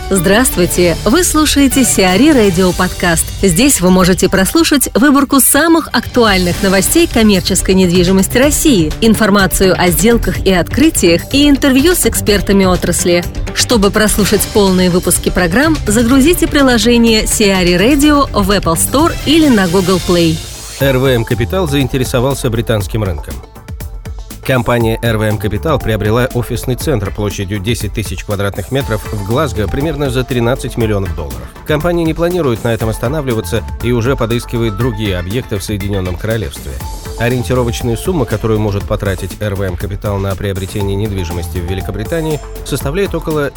Здравствуйте! Вы слушаете Сиари Радио Подкаст. Здесь вы можете прослушать выборку самых актуальных новостей коммерческой недвижимости России, информацию о сделках и открытиях и интервью с экспертами отрасли. Чтобы прослушать полные выпуски программ, загрузите приложение Сиари Radio в Apple Store или на Google Play. РВМ Капитал заинтересовался британским рынком. Компания РВМ Капитал приобрела офисный центр площадью 10 тысяч квадратных метров в Глазго примерно за $13 миллионов. Компания не планирует на этом останавливаться и уже подыскивает другие объекты в Соединенном Королевстве. Ориентировочная сумма, которую может потратить РВМ Капитал на приобретение недвижимости в Великобритании, составляет около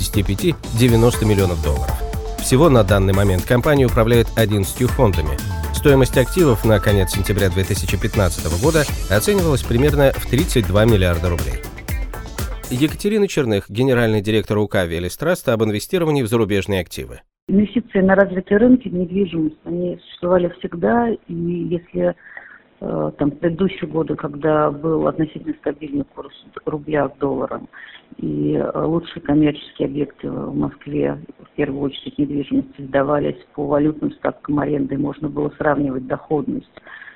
75-90 миллионов долларов. Всего на данный момент компания управляет 11 фондами. Стоимость активов на конец сентября 2015 года оценивалась примерно в 32 миллиарда рублей. Екатерина Черных, генеральный директор УК «Велес Траст», об инвестировании в зарубежные активы. Инвестиции на развитые рынки недвижимости, они существовали всегда, и если в предыдущие годы, когда был относительно стабильный курс рубля к доллару, и лучшие коммерческие объекты в Москве, в первую очередь недвижимости, сдавались по валютным ставкам аренды, можно было сравнивать доходность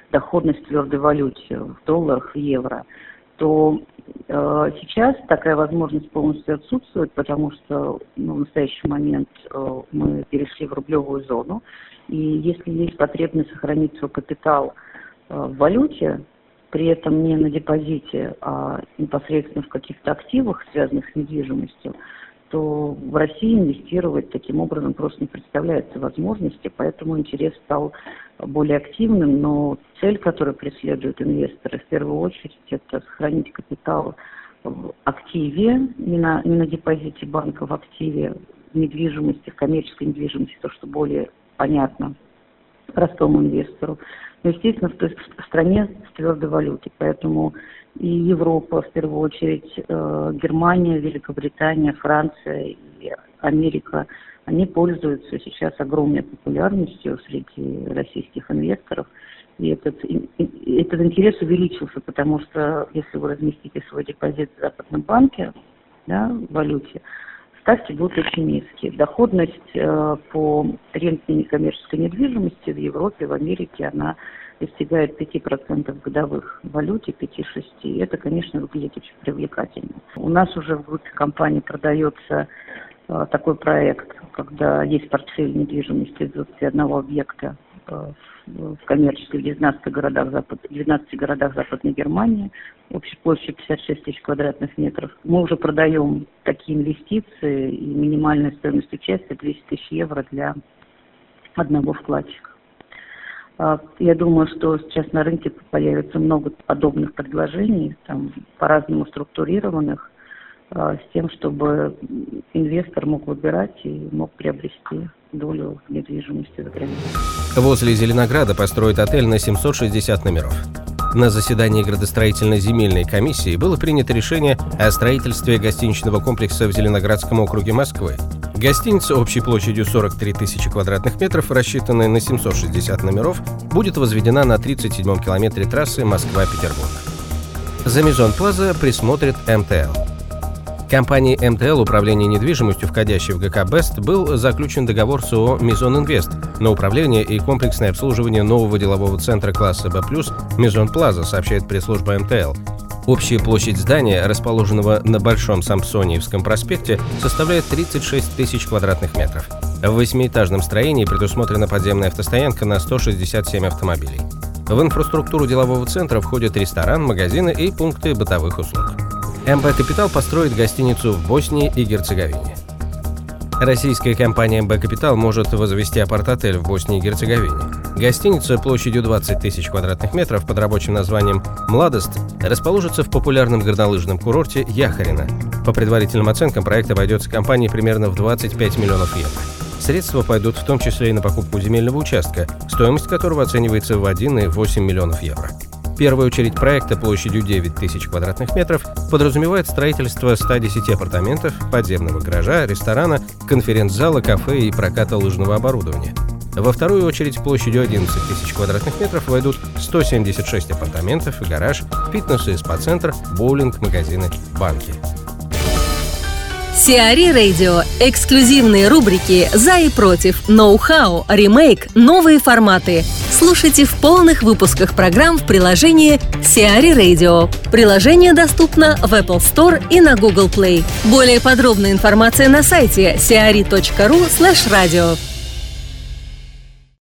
в твердой валюте, в долларах, в евро, то сейчас такая возможность полностью отсутствует, потому что в настоящий момент мы перешли в рублевую зону, и если есть потребность сохранить свой капитал в валюте, при этом не на депозите, а непосредственно в каких-то активах, связанных с недвижимостью, то в России инвестировать таким образом просто не представляется возможности, поэтому интерес стал более активным, но цель, которую преследуют инвесторы, в первую очередь, это сохранить капитал в активе, не на депозите банка, в активе, в недвижимости, в коммерческой недвижимости, то, что более понятно простому инвестору. Но, естественно, в стране с твердой валютой. Поэтому и Европа, в первую очередь, Германия, Великобритания, Франция и Америка, они пользуются сейчас огромной популярностью среди российских инвесторов. И этот интерес увеличился, потому что если вы разместите свой депозит в западном банке, в валюте, ставки будут очень низкие. Доходность по рентной некоммерческой недвижимости в Европе, в Америке, она достигает 5% годовых в валюте, 5-6%. И это, конечно, выглядит очень привлекательно. У нас уже в группе компаний продается такой проект, когда есть портфель недвижимости из 21 объекта в коммерческих 12 городах Западной Германии, общей площадью 56 тысяч квадратных метров. Мы уже продаем такие инвестиции, и минимальная стоимость участия 200 тысяч евро для одного вкладчика. Я думаю, что сейчас на рынке появится много подобных предложений, по-разному структурированных, с тем, чтобы инвестор мог выбирать и мог приобрести долю недвижимости за границей. Возле Зеленограда построят отель на 760 номеров. На заседании градостроительной земельной комиссии было принято решение о строительстве гостиничного комплекса в Зеленоградском округе Москвы. Гостиница общей площадью 43 тысячи квадратных метров, рассчитанная на 760 номеров, будет возведена на 37-м километре трассы Москва-Петербург. За Мизон Плаза присмотрит МТЛ. Компанией МТЛ управления недвижимостью, входящей в ГК «Бест», был заключен договор с ООО «Мизон Инвест» на управление и комплексное обслуживание нового делового центра класса Б+, «Мизон Плаза», сообщает пресс-служба МТЛ. Общая площадь здания, расположенного на Большом Самсониевском проспекте, составляет 36 тысяч квадратных метров. В 8-этажном строении предусмотрена подземная автостоянка на 167 автомобилей. В инфраструктуру делового центра входят ресторан, магазины и пункты бытовых услуг. МБ Капитал построит гостиницу в Боснии и Герцеговине. Российская компания МБ Капитал может возвести апарт-отель в Боснии и Герцеговине. Гостиница площадью 20 тысяч квадратных метров под рабочим названием «Младост» расположится в популярном горнолыжном курорте Яхарина. По предварительным оценкам, проект обойдется компании примерно в 25 миллионов евро. Средства пойдут в том числе и на покупку земельного участка, стоимость которого оценивается в 1,8 миллионов евро. Первая очередь проекта площадью 9 тысяч квадратных метров подразумевает строительство 110 апартаментов, подземного гаража, ресторана, конференц-зала, кафе и проката лыжного оборудования. Во вторую очередь площадью 11 тысяч квадратных метров войдут 176 апартаментов, гараж, фитнес и спа-центр, боулинг, магазины, банки. Сиари Radio. Эксклюзивные рубрики «За и против», «Ноу-хау», «Ремейк», «Новые форматы». Слушайте в полных выпусках программ в приложении Сиари Radio. Приложение доступно в Apple Store и на Google Play. Более подробная информация на сайте siari.ru/radio.